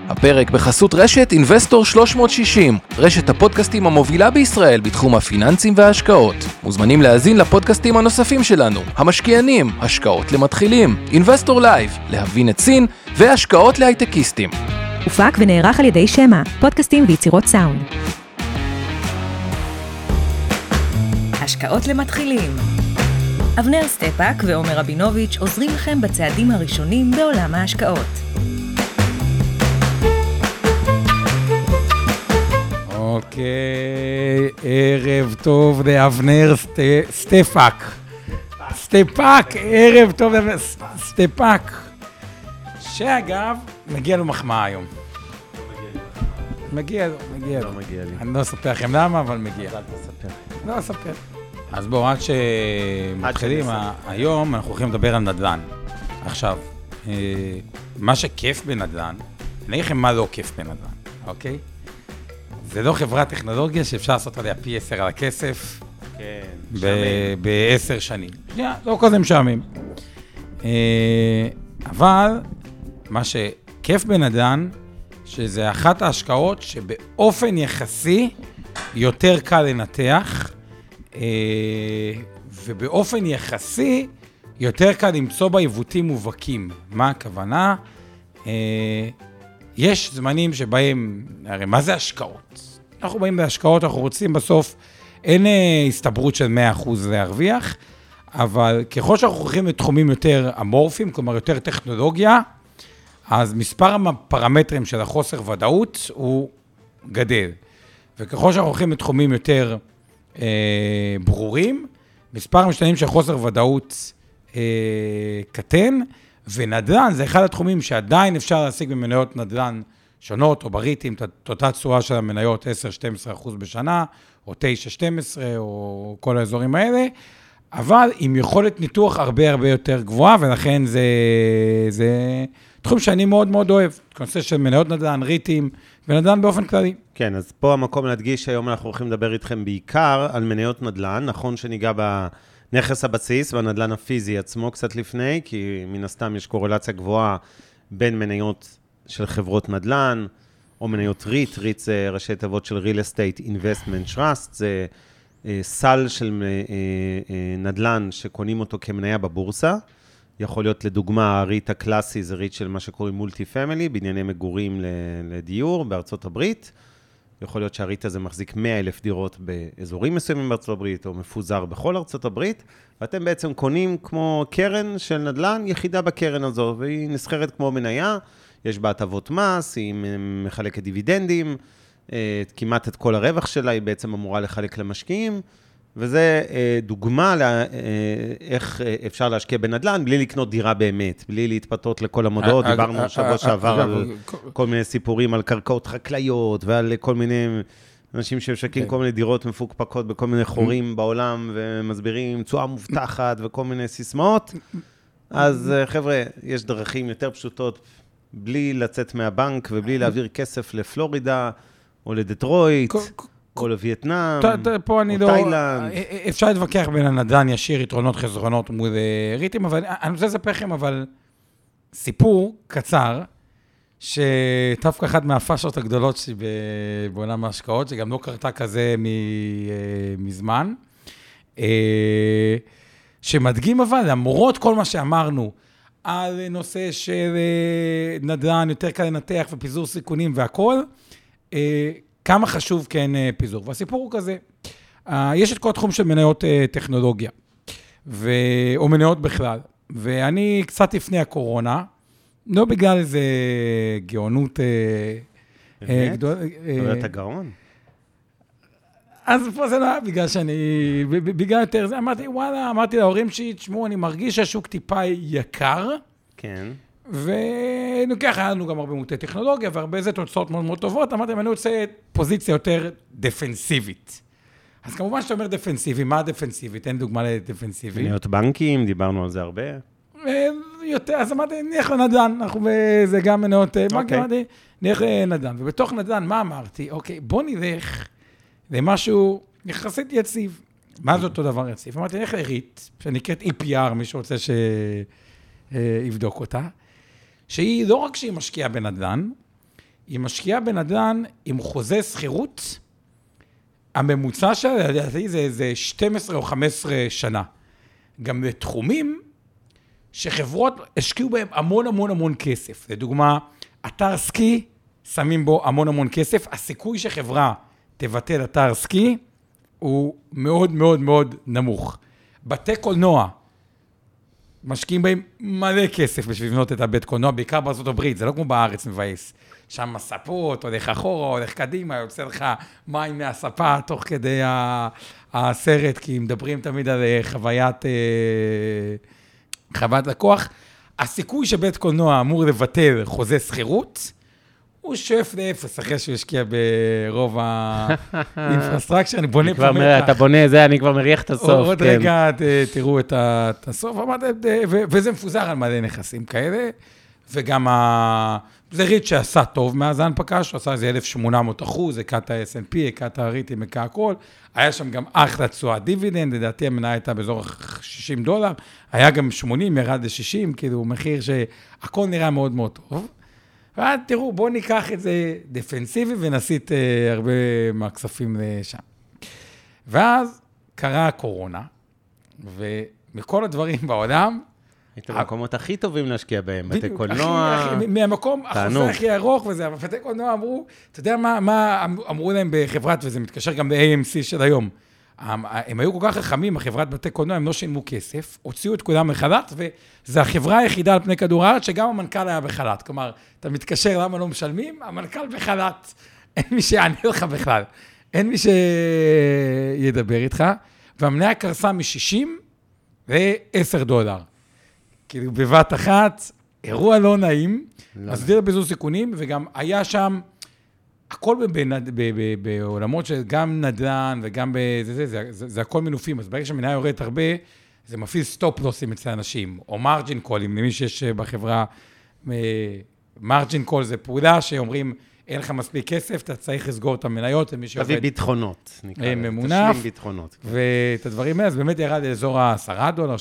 הפרק בחסות רשת אינבסטור 360, רשת הפודקאסטים המובילה בישראל בתחום הפיננסים וההשקעות. מוזמנים להאזין לפודקאסטים הנוספים שלנו, המשקיענים, השקעות למתחילים, אינבסטור לייב, להבין את סין והשקעות להייטקיסטים. הופק ונערך על ידי שמה, פודקאסטים ויצירות סאונד. השקעות למתחילים. אבנר סטפאק ועומר רבינוביץ' עוזרים לכם בצעדים הראשונים בעולם ההשקעות. אוקיי, ערב טוב לאבנר סטפאק, ערב טוב לאבנר סטפאק, שאגב, מגיע לו מחמאה היום. מגיע לו. לא מגיע לי. אני לא אספר לכם למה, אבל מגיע. לא אספר. אז בואו, עד שמתחילים, היום אנחנו הולכים לדבר על נדל"ן. עכשיו, מה שכיף בנדל"ן, אני אגיד לכם מה לא כיף בנדל"ן, אוקיי? זה לא חברת טכנולוגיה שאפשר לעשות עליה פי 10 על הכסף. כן, ב10 שנים. לא כזה משעמם. אבל מה שכיף בנדל"ן, שזה אחת ההשקעות שבאופן יחסי יותר קל לנתח, ובאופן יחסי יותר קל למצוא בה עיוותים מובהקים. מה הכוונה? יש זמנים שבהם, הרי מה זה השקעות? אנחנו באים בהשקעות, אנחנו רוצים בסוף, אין הסתברות של 100% להרוויח, אבל ככל שאנחנו הולכים לתחומים יותר אמורפיים, כלומר יותר טכנולוגיה, אז מספר הפרמטרים של החוסר ודאות הוא גדל. וככל שאנחנו הולכים לתחומים יותר ברורים, מספר המשתנים של חוסר ודאות קטן, ונדל"ן זה אחד התחומים שעדיין אפשר להשיג במניות נדל"ן שונות, או בריטים, את אותה צורה של המניות 10-12% בשנה, או 9-12, או כל האזורים האלה, אבל עם יכולת ניתוח הרבה הרבה יותר גבוהה, ולכן זה תחום שאני מאוד מאוד אוהב, כנושא של מניות נדל"ן, ריטים, ונדל"ן באופן כללי. כן, אז פה המקום להדגיש שהיום אנחנו הולכים לדבר איתכם בעיקר על מניות נדל"ן, נכון שניגע בנכס הבסיס והנדל"ן הפיזי עצמו קצת לפני, כי מן הסתם יש קורלציה גבוהה בין מניות של חברות נדל"ן, או מניות ריט, ריט זה ראשי תיבות של real estate investment trust, זה סל של נדל"ן שקונים אותו כמניה בבורסה, יכול להיות לדוגמה הריט הקלאסי, זה ריט של מה שקוראים מולטי פמילי, בענייני מגורים לדיור בארצות הברית, יכול להיות שהריט הזה מחזיק 100,000 דירות באזורים מסוימים בארצות הברית, או מפוזר בכל ארצות הברית, ואתם בעצם קונים כמו קרן של נדל"ן, יחידה בקרן הזו, והיא נסחרת כמו מניה, יש בה הטבות מס, היא מחלקת דיבידנדים, כמעט את כל הרווח שלה, היא בעצם אמורה לחלק למשקיעים, וזה דוגמה לאיך אפשר להשקיע בנדל"ן, בלי לקנות דירה באמת, בלי להתפתות לכל המודעות, דיברנו שבוע שעבר על כל מיני סיפורים על קרקעות חקלאיות, ועל כל מיני אנשים שמשקים כל מיני דירות מפוקפקות בכל מיני חורים בעולם, ומסבירים צועה מובטחת וכל מיני סיסמאות. אז חבר'ה, יש דרכים יותר פשוטות, בלי לצאת מהבנק ובלי להעביר כסף לפלורידה, או לדטרויט, או לווייטנאם, או תאילנד. אפשר להתווכח בין הנדל"ן ישיר, יתרונות, חסרונות מול ריטים, אבל אני רוצה לספר לכם, אבל סיפור קצר, שדווקא אחת מהפאשות הגדולות בעולם ההשקעות, שגם לא קרתה כזה מזמן, שמדגים אבל, למרות כל מה שאמרנו, על נושא של נדל"ן, יותר קל לנתח ופיזור סיכונים והכל, כמה חשוב כן פיזור. והסיפור הוא כזה, יש את כל התחום של מניות טכנולוגיה, או מניות בכלל, ואני קצת לפני הקורונה, לא בגלל איזה גאונות גדולה. אתה גאון? אז פה זה לא היה בגלל בגלל יותר זה, אמרתי להורים שלי, תשמעו, אני מרגיש שהשוק טיפה יקר, כן. ונוכח, היה לנו גם הרבה מוטי טכנולוגיה, והרבה זה תוצאות מאוד מאוד טובות, אמרתי, אני רוצה פוזיציה יותר דפנסיבית. אז כמובן שאתה אומר דפנסיבי, מה דפנסיבי? תן דוגמה לדפנסיבי. מניות בנקים, דיברנו על זה הרבה. יותר, אז אמרתי, נלך לנדל"ן, אנחנו זה גם מניות, נלך לנדל"ן, ובתוך נדל"ן, מה אמרתי? אוקיי, בוא נלך למשהו יחסית יציב. מה זה אותו דבר יציב? אמרתי, נלך לריט, שנקראת EPR, מי שרוצה שיבדוק אותה, שהיא לא רק שהיא משקיעה בנדל"ן, היא משקיעה בנדל"ן עם חוזה שכירות, הממוצע שלה, לדעתי, זה 12 או 15 שנה. גם לתחומים שחברות השקיעו בהם המון המון המון כסף. לדוגמה, אתר סקי, שמים בו המון המון כסף, הסיכוי שחברה תבטל אתר סקי, הוא מאוד מאוד מאוד נמוך. בתי קולנוע, משקיעים בהם מלא כסף בשביל לבנות את הבית קולנוע, בעיקר בארצות הברית, זה לא כמו בארץ מבאס. שם מספות, הולך אחורה, הולך קדימה, יוצא לך מים מהספה תוך כדי הסרט, כי מדברים תמיד על חוויית לקוח. הסיכוי שבית קולנוע אמור לבטל חוזה שכירות, הוא שואף לאפס אחרי שהוא השקיע ברוב האינפרסטרקצ'ר, אני בונה פה מתח. אתה בונה זה, אני כבר מריח את הסוף. עוד רגע תראו את הסוף, וזה מפוזר על מלא נכסים כאלה, וגם זה ריט שעשה טוב מאז ההנפקה, שהוא עשה איזה 1,800%, הקע את ה-S&P, הקע את הריטים, הקע הכל, היה שם גם אחלה תשואה דיבידנד, לדעתי המניה הייתה באזור $60, היה גם 80, ירד ל-60, כאילו מחיר שהכל נראה מאוד מאוד טוב. ואז תראו, בואו ניקח את זה דפנסיבי ונסיט הרבה מהכספים לשם. ואז קרה הקורונה, ומכל הדברים בעולם, היית במקומות הכי טובים להשקיע בהם, בתי קולנוע. מהמקום החוזה הכי ארוך וזה, אבל בתי קולנוע אמרו, אתה יודע מה אמרו להם בחברת, וזה מתקשר גם ל-AMC של היום, הם היו כל כך חכמים, החברת בתי קולנוע, הם לא שילמו כסף, הוציאו את כולם מחל"ת, וזו החברה היחידה על פני כדור הארץ, שגם המנכ"ל היה בחל"ת. כלומר, אתה מתקשר למה לא משלמים, המנכ"ל בחל"ת, אין מי שיענה לך בכלל, אין מי שידבר איתך, והמניה קרסה מ-60 ל-$10. כאילו בבת אחת, אירוע לא נעים, מסדיר בזו סיכונים, וגם היה שם, הכל בעולמות של גם נדל"ן וגם זה הכל מנופים, אז ברגע שהמניה יורדת הרבה, זה מפעיל סטופ לוסים אצל אנשים, או מרג'ין קולים, למי שיש בחברה, מרג'ין קול זה פעולה שאומרים, אין לך מספיק כסף, אתה צריך לסגור את המניות, למי שעובד... תביא ביטחונות, נקרא. ממונף. תשלים ביטחונות. ואת הדברים האלה, אז באמת ירד לאזור $10,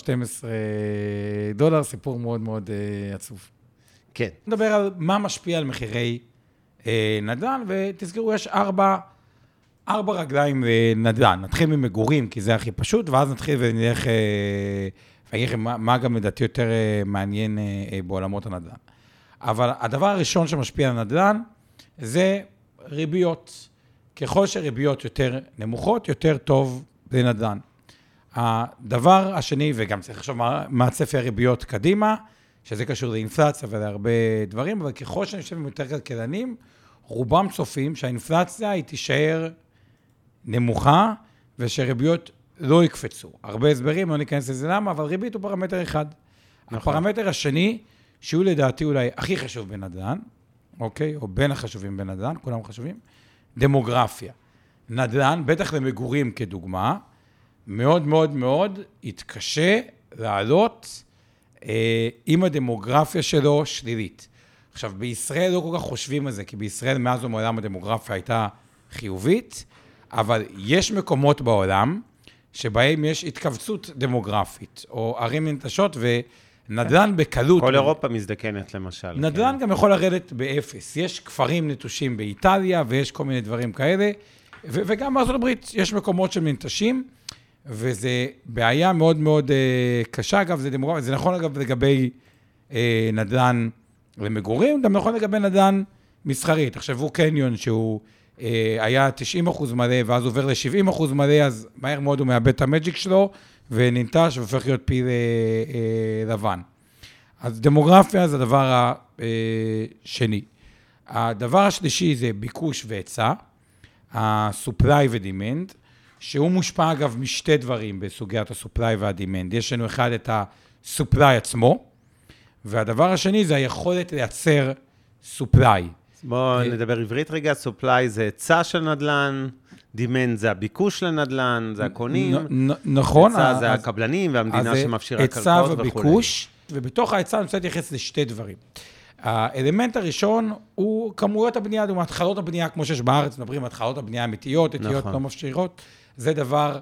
$12, סיפור מאוד מאוד עצוב. כן. נדבר על מה משפיע על מחירי נדל"ן, ותזכרו, יש 4 רגליים נדל"ן. נתחיל ממגורים, כי זה הכי פשוט, ואז נתחיל ונלך, ואני אגיד מה גם לדעתי יותר מעניין בעולמות הנדל"ן. אבל הדבר הראשון שמשפיע על נדל"ן, זה ריביות. ככל שריביות יותר נמוכות, יותר טוב לנדל"ן. הדבר השני, וגם צריך לחשוב מה צפי הריביות קדימה, שזה קשור לאינפלציה ולהרבה דברים, אבל ככל שאני חושב עם יותר כלכלנים, רובם צופים שהאינפלציה היא תישאר נמוכה, ושריביות לא יקפצו. הרבה הסברים, לא ניכנס לזה למה, אבל ריבית הוא פרמטר אחד. נכון. הפרמטר השני, שהוא לדעתי אולי הכי חשוב בנדל"ן, אוקיי? או בין החשובים בנדל"ן, כולם חשובים, דמוגרפיה. נדל"ן, בטח למגורים כדוגמה, מאוד מאוד מאוד יתקשה לעלות עם הדמוגרפיה שלו שלילית. עכשיו, בישראל לא כל כך חושבים על זה, כי בישראל מאז ומעולם הדמוגרפיה הייתה חיובית, אבל יש מקומות בעולם שבהם יש התכווצות דמוגרפית, או ערים ננטשות ונדל"ן בקלות. כל אירופה מזדקנת למשל. נדל"ן כן. גם יכול לרדת באפס. יש כפרים נטושים באיטליה, ויש כל מיני דברים כאלה, וגם בארצות הברית יש מקומות של ננטשים, וזה בעיה מאוד מאוד קשה, אגב, זה דמוגרפיה, זה נכון אגב לגבי נדל"ן למגורים, גם נכון לגבי נדל"ן מסחרית. תחשבו קניון שהוא היה 90% מלא, ואז עובר ל-70% מלא, אז מהר מאוד הוא מאבד את המג'יק שלו, וננטש והופך להיות פיל לבן. אז דמוגרפיה זה הדבר השני. הדבר השלישי זה ביקוש והיצע, ה-supply ו-demand, שהוא מושפע אגב משתי דברים בסוגיית ה-supply וה-demand. יש לנו אחד את ה-supply עצמו, והדבר השני זה היכולת לייצר supply. בואו נדבר עברית רגע, supply זה היצע של נדל"ן, demand זה הביקוש לנדל"ן, זה הקונים. נכון. היצע זה הקבלנים והמדינה שמפשירה קרקעות וכו'. היצע וביקוש, ובתוך ההיצע אני רוצה להתייחס לשתי דברים. האלמנט הראשון הוא כמויות הבנייה, התחלות הבנייה, כמו שיש בארץ, מדברים על התחלות הבנייה אמיתיות, איטיות לא מפשירות, זה דבר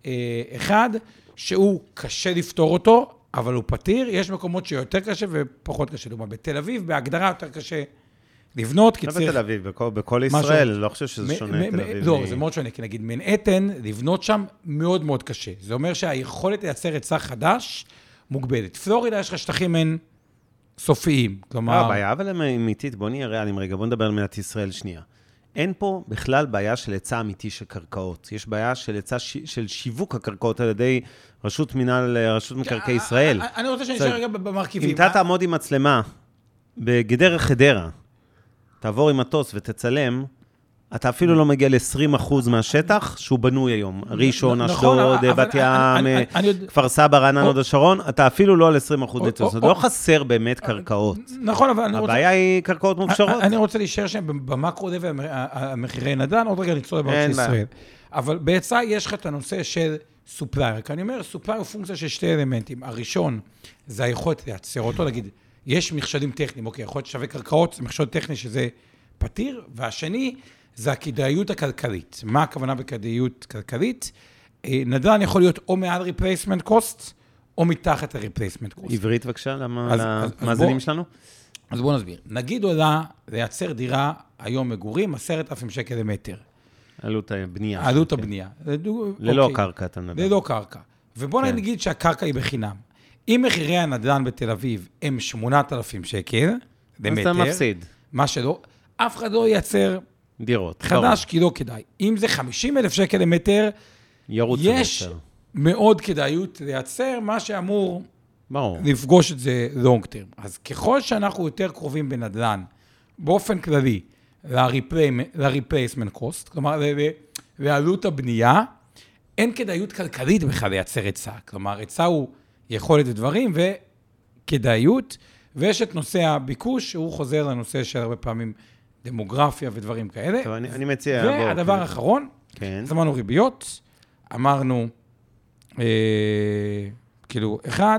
אחד שהוא קשה לפתור אותו, אבל הוא פתיר, יש מקומות שיותר קשה ופחות קשה. דומה, בתל אביב, בהגדרה יותר קשה לבנות, כי לא צריך... בתל אביב, בכל ישראל, לא חושב שזה שונה תל אביב. לא, זה מאוד שונה, כי נגיד מנהטן, לבנות שם מאוד מאוד קשה. זה אומר שהיכולת לייצר היצע חדש מוגבלת. פלורידה יש לך שטחים אין סופיים, כלומר... הבעיה אבל אמיתית, בוא נהיה ריאליים רגע, בוא נדבר על מדינת ישראל שנייה. אין פה בכלל בעיה של היצע אמיתי של קרקעות. יש בעיה של היצע של שיווק הקרקעות על ידי רשות מקרקעי ישראל. אני רוצה שנשאר רגע במרכיבים. אם אתה תעמוד עם מצלמה בגדרה חדרה, תעבור עם מטוס ותצלם, אתה אפילו לא מגיע ל-20% מהשטח שהוא בנוי היום. ראשון, אשדוד, בת ים, כפר סבא, רעננה, הוד השרון, אתה אפילו לא על 20% ניצול. זה לא חסר באמת קרקעות. נכון, אבל אני רוצה... הבעיה היא קרקעות מופשרות. אני רוצה להישאר שם במקרו המחירי נדל"ן, עוד רגע נצטור לבנות של ישראל. אבל בהיצע יש לך את הנושא של סופלייר. כי אני אומר, סופלייר הוא פונקציה של שתי אלמנטים. הראשון, זה היכולת לייצר אותו, להגיד, יש מכשלים טכניים, אוקיי, יכול להיות שווה קרקעות, זה מכשול טכני שזה פתיר, והשני, זה הכדאיות הכלכלית. מה הכוונה בכדאיות כלכלית? נדל"ן יכול להיות או מעל replacement cost, או מתחת ל-replacement cost. עברית בבקשה, למאזינים שלנו? אז בואו נסביר. נגיד עולה לייצר דירה היום מגורים, 10,000 שקל למטר. עלות הבנייה. עלות הבנייה. ללא קרקע, אתה מדבר. ללא קרקע. ובואו נגיד שהקרקע היא בחינם. אם מחירי הנדל"ן בתל אביב הם 8,000 שקל למטר, אז אתה מפסיד. מה שלא, אף אחד לא ייצר דירות. חדש, כי לא כדאי. אם זה 50,000 שקל למטר, יש מאוד כדאיות לייצר מה שאמור לפגוש את זה long term. אז ככל שאנחנו יותר קרובים בנדל"ן, באופן כללי, ל-replacement cost, כלומר, לעלות הבנייה, אין כדאיות כלכלית בכלל לייצר היצע. כלומר, היצע הוא יכולת ודברים וכדאיות, ויש את נושא הביקוש, שהוא חוזר לנושא של הרבה פעמים דמוגרפיה ודברים כאלה. טוב, אני מציע... והדבר האחרון, זמנו ריביות, אמרנו, כאילו, אחד,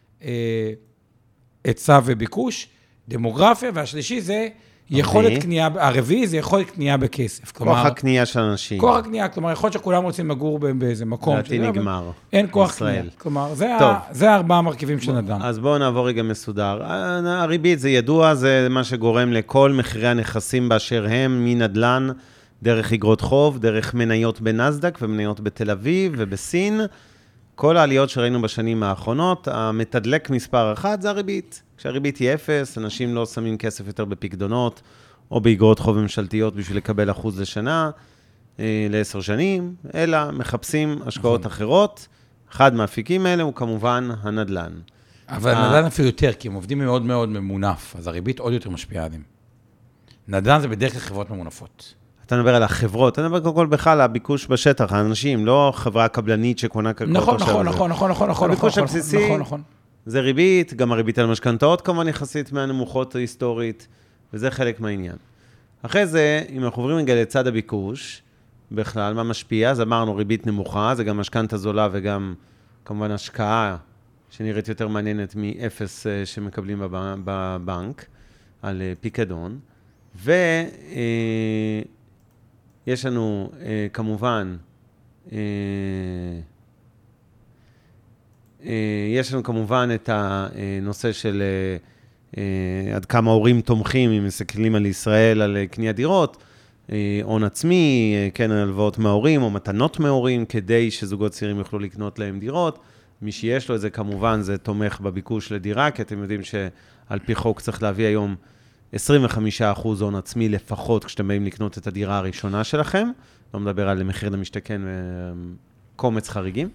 היצע וביקוש, דמוגרפיה, והשלישי זה יכולת קנייה, הרביעי זה יכולת קנייה בכסף. כוח הקנייה של אנשים. כוח הקנייה, כלומר, יכול להיות שכולם רוצים לגור באיזה מקום. לדעתי נגמר. אין כוח קנייה. כלומר, זה ארבעה מרכיבים של נדל"ן. אז בואו נעבור רגע מסודר. הריבית זה ידוע, זה מה שגורם לכל מחירי הנכסים באשר הם, מנדל"ן, דרך אגרות חוב, דרך מניות בנסדק ומניות בתל אביב ובסין. כל העליות שראינו בשנים האחרונות, המתדלק מספר אחת זה הריבית. כשהריבית היא 0, אנשים לא שמים כסף יותר בפקדונות, או באגרות חוב ממשלתיות בשביל לקבל אחוז לשנה, ל10 שנים, אלא מחפשים השקעות אחרות. אחד מהאפיקים האלה הוא כמובן הנדל"ן. אבל הנדל"ן אפילו יותר, כי הם עובדים מאוד מאוד ממונף, אז הריבית עוד יותר משפיעה עליהם. נדל"ן זה בדרך כלל חברות ממונפות. אתה מדבר על החברות, אתה מדבר כל בכלל, הביקוש בשטח, האנשים, לא חברה קבלנית שקונה קרקעות. נכון. הביקוש הבסיסי זה ריבית, גם הריבית על משכנתאות כמובן יחסית מהנמוכות ההיסטורית, וזה חלק מהעניין. אחרי זה, אם אנחנו עוברים רגע לצד הביקוש, בכלל, מה משפיע? אז אמרנו ריבית נמוכה, זה גם משכנתא זולה וגם כמובן השקעה שנראית יותר מעניינת מאפס שמקבלים בבנק על פיקדון. יש לנו כמובן, את הנושא של עד כמה הורים תומכים, אם מסתכלים על ישראל, על קניית דירות, הון עצמי, כן, הלוואות מההורים או מתנות מההורים, כדי שזוגות צעירים יוכלו לקנות להם דירות. מי שיש לו את זה כמובן, זה תומך בביקוש לדירה, כי אתם יודעים שעל פי חוק צריך להביא היום 25% הון עצמי לפחות כשאתם באים לקנות את הדירה הראשונה שלכם. לא מדבר על מחיר למשתכן וקומץ חריגים.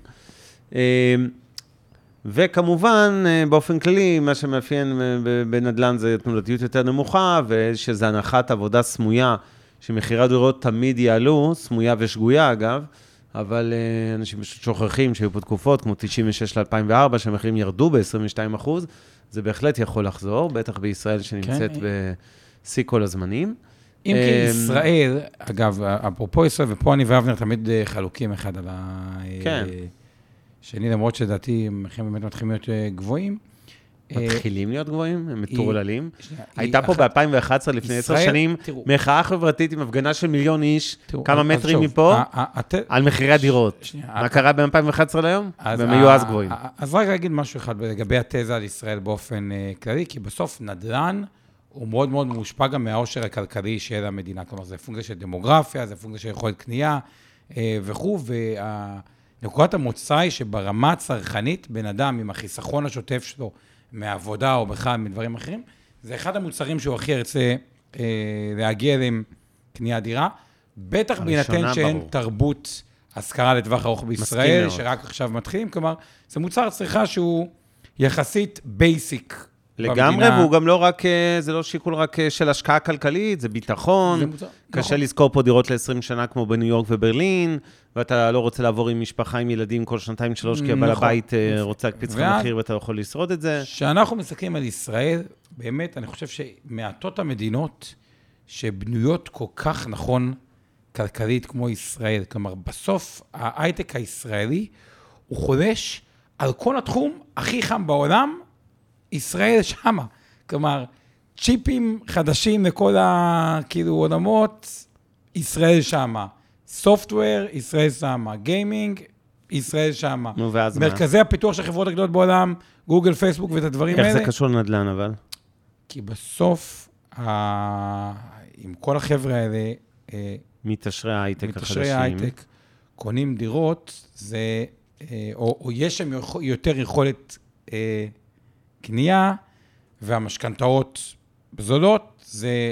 וכמובן, באופן כללי, מה שמאפיין בנדל"ן זה תנודתיות יותר נמוכה, ושזה הנחת עבודה סמויה, שמחירי הדירות תמיד יעלו, סמויה ושגויה אגב, אבל אנשים פשוט שוכחים שהיו פה תקופות, כמו 96 ל-2004, שהמחירים ירדו ב-22%, זה בהחלט יכול לחזור, בטח בישראל שנמצאת בשיא כל הזמנים. אם כי ישראל, אגב, אפרופו ישראל, ופה אני ואבנר תמיד חלוקים אחד על השני, למרות שדעתי המחירים באמת מתחילים להיות גבוהים. מתחילים להיות גבוהים? הם מטורללים? הייתה פה ב-2011, לפני 10 שנים, מחאה חברתית עם הפגנה של 1,000,000 איש, כמה מטרים מפה, על מחירי הדירות. מה קרה ב-2011 ליום? והם היו אז גבוהים. אז רק להגיד משהו אחד לגבי התזה על ישראל באופן כללי, כי בסוף נדל"ן הוא מאוד מאוד מושפע גם מהעושר הכלכלי של המדינה. כלומר, זה פונקציה של דמוגרפיה, זה פונקציה של יכולת קנייה וכו', ונקודת המוצא היא שברמה הצרכנית, בן אדם עם החיסכון השוטף שלו מעבודה או בכלל מדברים אחרים, זה אחד המוצרים שהוא הכי ירצה להגיע אליהם קנייה דירה, בטח בהינתן שאין תרבות השכרה לטווח ארוך בישראל, שרק עכשיו מתחילים, כלומר, זה מוצר צריכה שהוא יחסית בייסיק לגמרי, והוא גם לא רק, זה לא שיקול רק של השקעה כלכלית, זה ביטחון, קשה לזכור פה דירות ל-20 שנה כמו בניו יורק וברלין, ואתה לא רוצה לעבור עם משפחה, עם ילדים כל 2-3, כי הבעל הבית רוצה להקפיץ לך מחיר ואתה יכול לשרוד את זה. כשאנחנו מסתכלים על ישראל, באמת, אני חושב שמעטות המדינות שבנויות כל כך נכון כלכלית כמו ישראל, כלומר, בסוף ההייטק הישראלי הוא חולש על כל התחום הכי חם בעולם, ישראל שמה. כלומר, צ'יפים חדשים לכל כאילו עולמות, ישראל שמה. סופטוור, ישראל שמה. גיימינג, ישראל שמה. נו, ואז מרכזי הפיתוח של חברות הגדולות בעולם, גוגל, פייסבוק ואת הדברים האלה. איך זה קשור לנדל"ן אבל? כי בסוף, עם כל החבר'ה האלה, מתעשרי ההייטק החדשים. מתעשרי ההייטק, קונים דירות, זה, או יש שם יותר יכולת קנייה, והמשכנתאות בזולות,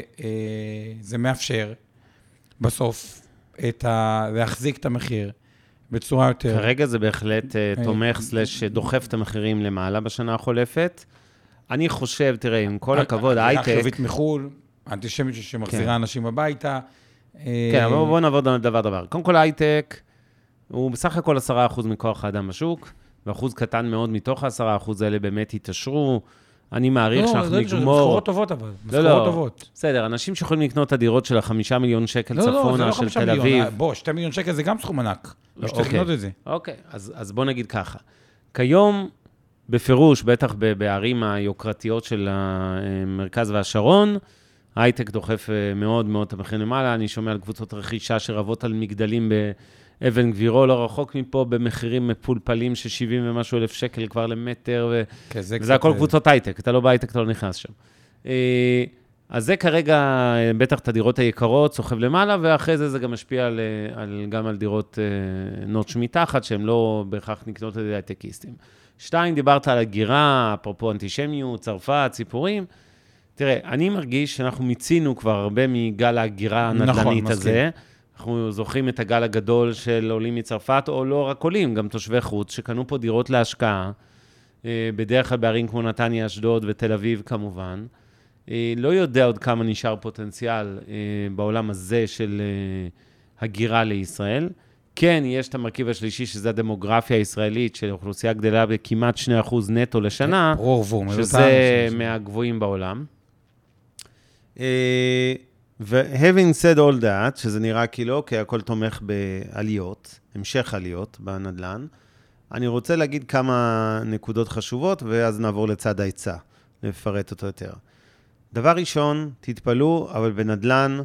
זה מאפשר בסוף להחזיק את המחיר בצורה יותר... כרגע זה בהחלט תומך דוחף את המחירים למעלה בשנה החולפת. אני חושב, תראה, עם כל הכבוד, ההייטק... חיובית מחול, אנטישמית שמחזירה אנשים הביתה. כן, אבל בואו נעבור דבר. קודם כל, ההייטק הוא בסך הכל 10% מכוח האדם בשוק, ואחוז קטן מאוד מתוך ה10% האלה באמת יתעשרו. אני מעריך שאנחנו נגמור... משכורות טובות אבל, משכורות טובות. בסדר, אנשים שיכולים לקנות את הדירות של 5 מיליון שקל צפונה של תל אביב. בוא, 2 מיליון שקל זה גם סכום ענק. יש לקנות את זה. אוקיי, אז בוא נגיד ככה. כיום, בפירוש, בטח בערים היוקרתיות של המרכז והשרון, הייטק דוחף מאוד מאוד את המחיר למעלה. אני שומע על קבוצות רכישה שרבות על מגדלים אבן גבירו, לא רחוק מפה, במחירים מפולפלים של 70 ומשהו אלף שקל כבר למטר, וזה הכל קבוצות הייטק, אתה לא בהייטק, אתה לא נכנס שם. אז זה כרגע, בטח את הדירות היקרות, סוחב למעלה, ואחרי זה גם משפיע גם על דירות נוטש מתחת, שהן לא בהכרח נקנות על ידי הייטקיסטים. 2, דיברת על הגירה, אפרופו אנטישמיות, צרפת, ציפורים. תראה, אני מרגיש שאנחנו מיצינו כבר הרבה מגל ההגירה הנדל"נית הזה, אנחנו זוכרים את הגל הגדול של עולים מצרפת, או לא רק עולים, גם תושבי חוץ, שקנו פה דירות להשקעה, בדרך כלל בערים כמו נתניה, אשדוד ותל אביב כמובן. לא יודע עוד כמה נשאר פוטנציאל בעולם הזה של הגירה לישראל. כן, יש את המרכיב השלישי, שזה הדמוגרפיה הישראלית, של אוכלוסייה גדלה בכמעט 2% נטו לשנה, שזה מהגבוהים בעולם. ו-having said all that, שזה נראה כאילו, כי הכל תומך בעליות, המשך עליות בנדלן, אני רוצה להגיד כמה נקודות חשובות, ואז נעבור לצד ההיצע, לפרט אותו יותר. דבר ראשון, תתפלאו, אבל בנדלן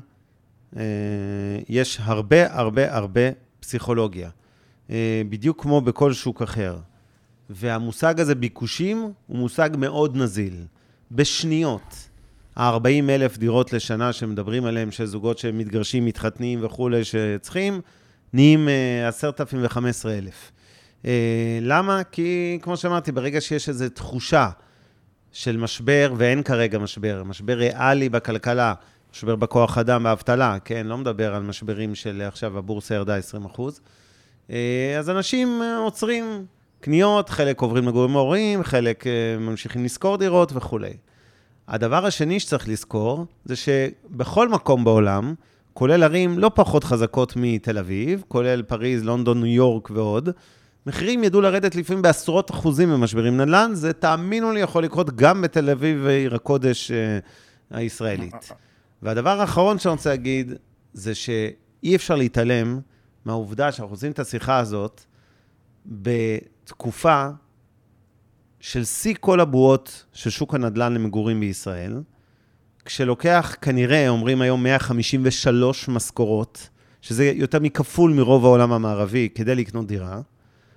יש הרבה פסיכולוגיה, בדיוק כמו בכל שוק אחר. והמושג הזה ביקושים הוא מושג מאוד נזיל. בשניות, 40,000 דירות לשנה שמדברים עליהם, שזוגות שמתגרשים, מתחתנים וכו' שצריכים, נהיים 10,000 ו-15,000. למה? כי כמו שאמרתי, ברגע שיש איזו תחושה של משבר, ואין כרגע משבר ריאלי בכלכלה, משבר בכוח אדם באבטלה, כן, לא מדבר על משברים של עכשיו הבורסה ירדה 20%, אז אנשים עוצרים קניות, חלק עוברים לגור עם ההורים, חלק ממשיכים לזכור דירות וכו'. הדבר השני שצריך לזכור, זה שבכל מקום בעולם, כולל ערים לא פחות חזקות מתל אביב, כולל פריז, לונדון, ניו יורק ועוד, מחירים ידעו לרדת לפעמים בעשרות אחוזים במשברים נדל"ן, זה תאמינו לי יכול לקרות גם בתל אביב ועיר הקודש הישראלית. והדבר האחרון שאני רוצה להגיד, זה שאי אפשר להתעלם מהעובדה שאנחנו עושים את השיחה הזאת בתקופה של שיא כל הבועות של שוק הנדל"ן למגורים בישראל, כשלוקח כנראה, אומרים היום 153 משכורות, שזה יותר מכפול מרוב העולם המערבי כדי לקנות דירה,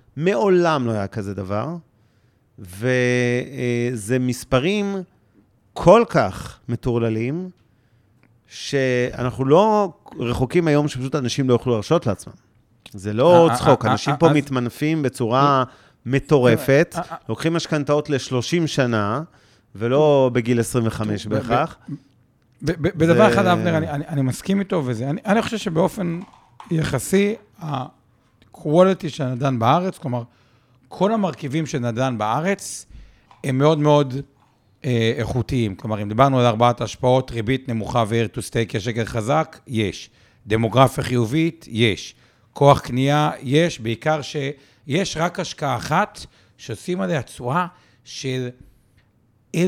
מעולם לא היה כזה דבר, וזה מספרים כל כך מטורללים, שאנחנו לא רחוקים היום שפשוט אנשים לא יוכלו להרשות לעצמם. זה לא צחוק, אנשים פה מתמנפים בצורה מטורפת, לוקחים משכנתאות ל-30 שנה, ולא בגיל 25 בהכרח. בדבר אחד, אבנר, אני מסכים איתו וזה. אני חושב שבאופן יחסי, ה-quality של נדל"ן בארץ, כלומר, כל המרכיבים של נדל"ן בארץ, הם מאוד מאוד איכותיים. כלומר, אם דיברנו על 4 השפעות, ריבית נמוכה ו-air to stay כשקל חזק, יש. דמוגרפיה חיובית, יש. כוח קנייה, יש. בעיקר שיש רק השקעה אחת, שעושים עליה תשואה של 1000%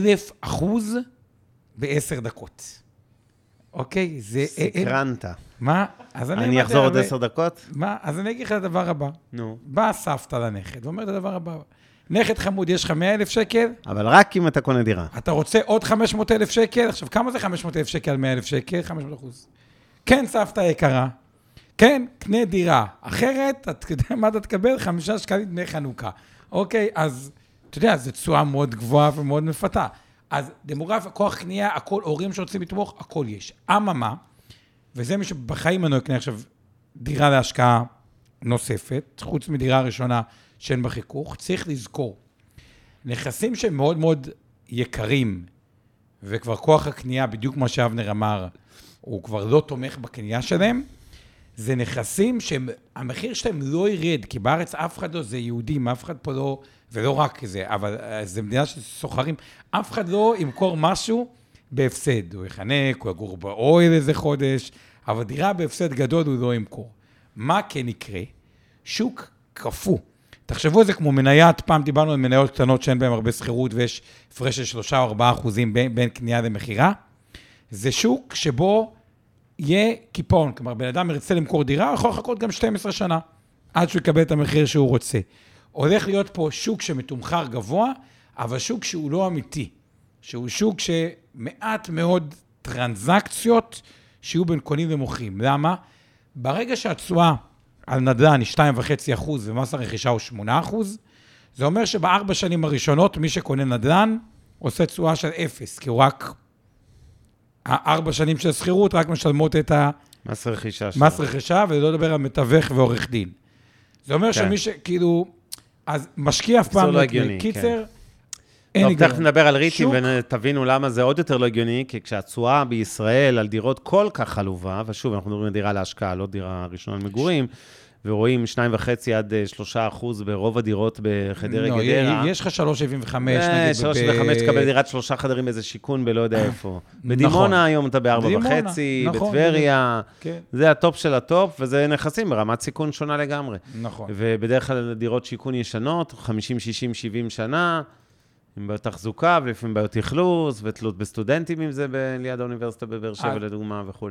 ב10 דקות. אוקיי? זה... סקרנת. מה? אני אחזור עוד 10 דקות? מה? אז אני אגיד לך את הדבר הבא. נו. באה סבתא לנכד, ואומרת את הדבר הבא. נכד חמוד, יש לך 100,000 שקל? אבל רק אם אתה קונה דירה. אתה רוצה עוד 500,000 שקל? עכשיו, כמה זה 500,000 שקל על 100,000 שקל? 500%. כן, סבתא יקרה. כן, קנה דירה. אחרת, אתה יודע מה אתה תקבל? 5 שקלים דמי חנוכה. אוקיי, אז אתה יודע, זו תשואה מאוד גבוהה ומאוד מפתה. אז דמוגרפיה, כוח קנייה, הכל, הורים שרוצים לתמוך, הכל יש. אממה, וזה מי שבחיים אני אקנה עכשיו דירה להשקעה נוספת, חוץ מדירה ראשונה שאין בחיכוך, צריך לזכור. נכסים שהם מאוד מאוד יקרים, וכבר כוח הקנייה, בדיוק מה שאבנר אמר, הוא כבר לא תומך בקנייה שלהם, זה נכסים שהמחיר שלהם לא ירד, כי בארץ אף אחד לא, זה יהודים, אף אחד פה לא, ולא רק זה, אבל זה מדינה של סוחרים, אף אחד לא ימכור משהו בהפסד, הוא יחנק, הוא יגור באוהל איזה חודש, אבל דירה בהפסד גדול הוא לא ימכור. מה כן יקרה? שוק קפוא. תחשבו על זה כמו מניית, פעם דיברנו על מניות קטנות שאין בהן הרבה שכירות, ויש הפרש של 3 או 4% בין קנייה למחירה. זה שוק שבו יהיה קיפאון, כלומר, בן אדם ירצה למכור דירה, הוא יכול לחכות גם 12 שנה, עד שהוא יקבל את המחיר שהוא רוצה. הולך להיות פה שוק שמתומחר גבוה, אבל שוק שהוא לא אמיתי, שהוא שוק שמעט מאוד טרנזקציות שיהיו בין קונים ומוכרים. למה? ברגע שהתשואה על נדל"ן היא 2.5% ומס הרכישה הוא 8%, זה אומר שב4 שנים הראשונות מי שקונה נדל"ן עושה תשואה של 0, כי הוא רק 4 שנים של שכירות רק משלמות את מס רכישה. מס רכישה, ולא לדבר על מתווך ועורך דין. זה אומר שמי שכאילו, אז משקיע אף פעם לא הגיוני, קיצר, טוב, תכף נדבר על ריטים ותבינו למה זה עוד יותר לא הגיוני, כי כשהתשואה בישראל על דירות כל כך חלובה, ושוב, אנחנו מדברים על דירה להשקעה, לא דירה ראשונה על מגורים, ורואים 2.5 עד 3% ברוב הדירות בחדרה גדרה. יש לך 3.75. 3.5 תקבל דירת 3 חדרים באיזה שיכון בלא יודע איפה. בדימונה היום אתה ב4.5, בטבריה, זה הטופ של הטופ, וזה נכסים ברמת סיכון שונה לגמרי. נכון. ובדרך כלל דירות שיכון ישנות, 50, 60, 70 שנה, עם בעיות תחזוקה, ולפעמים בעיות תכלוס, ותלות בסטודנטים, אם זה ליד האוניברסיטה בבאר שבע לדוגמה וכו'.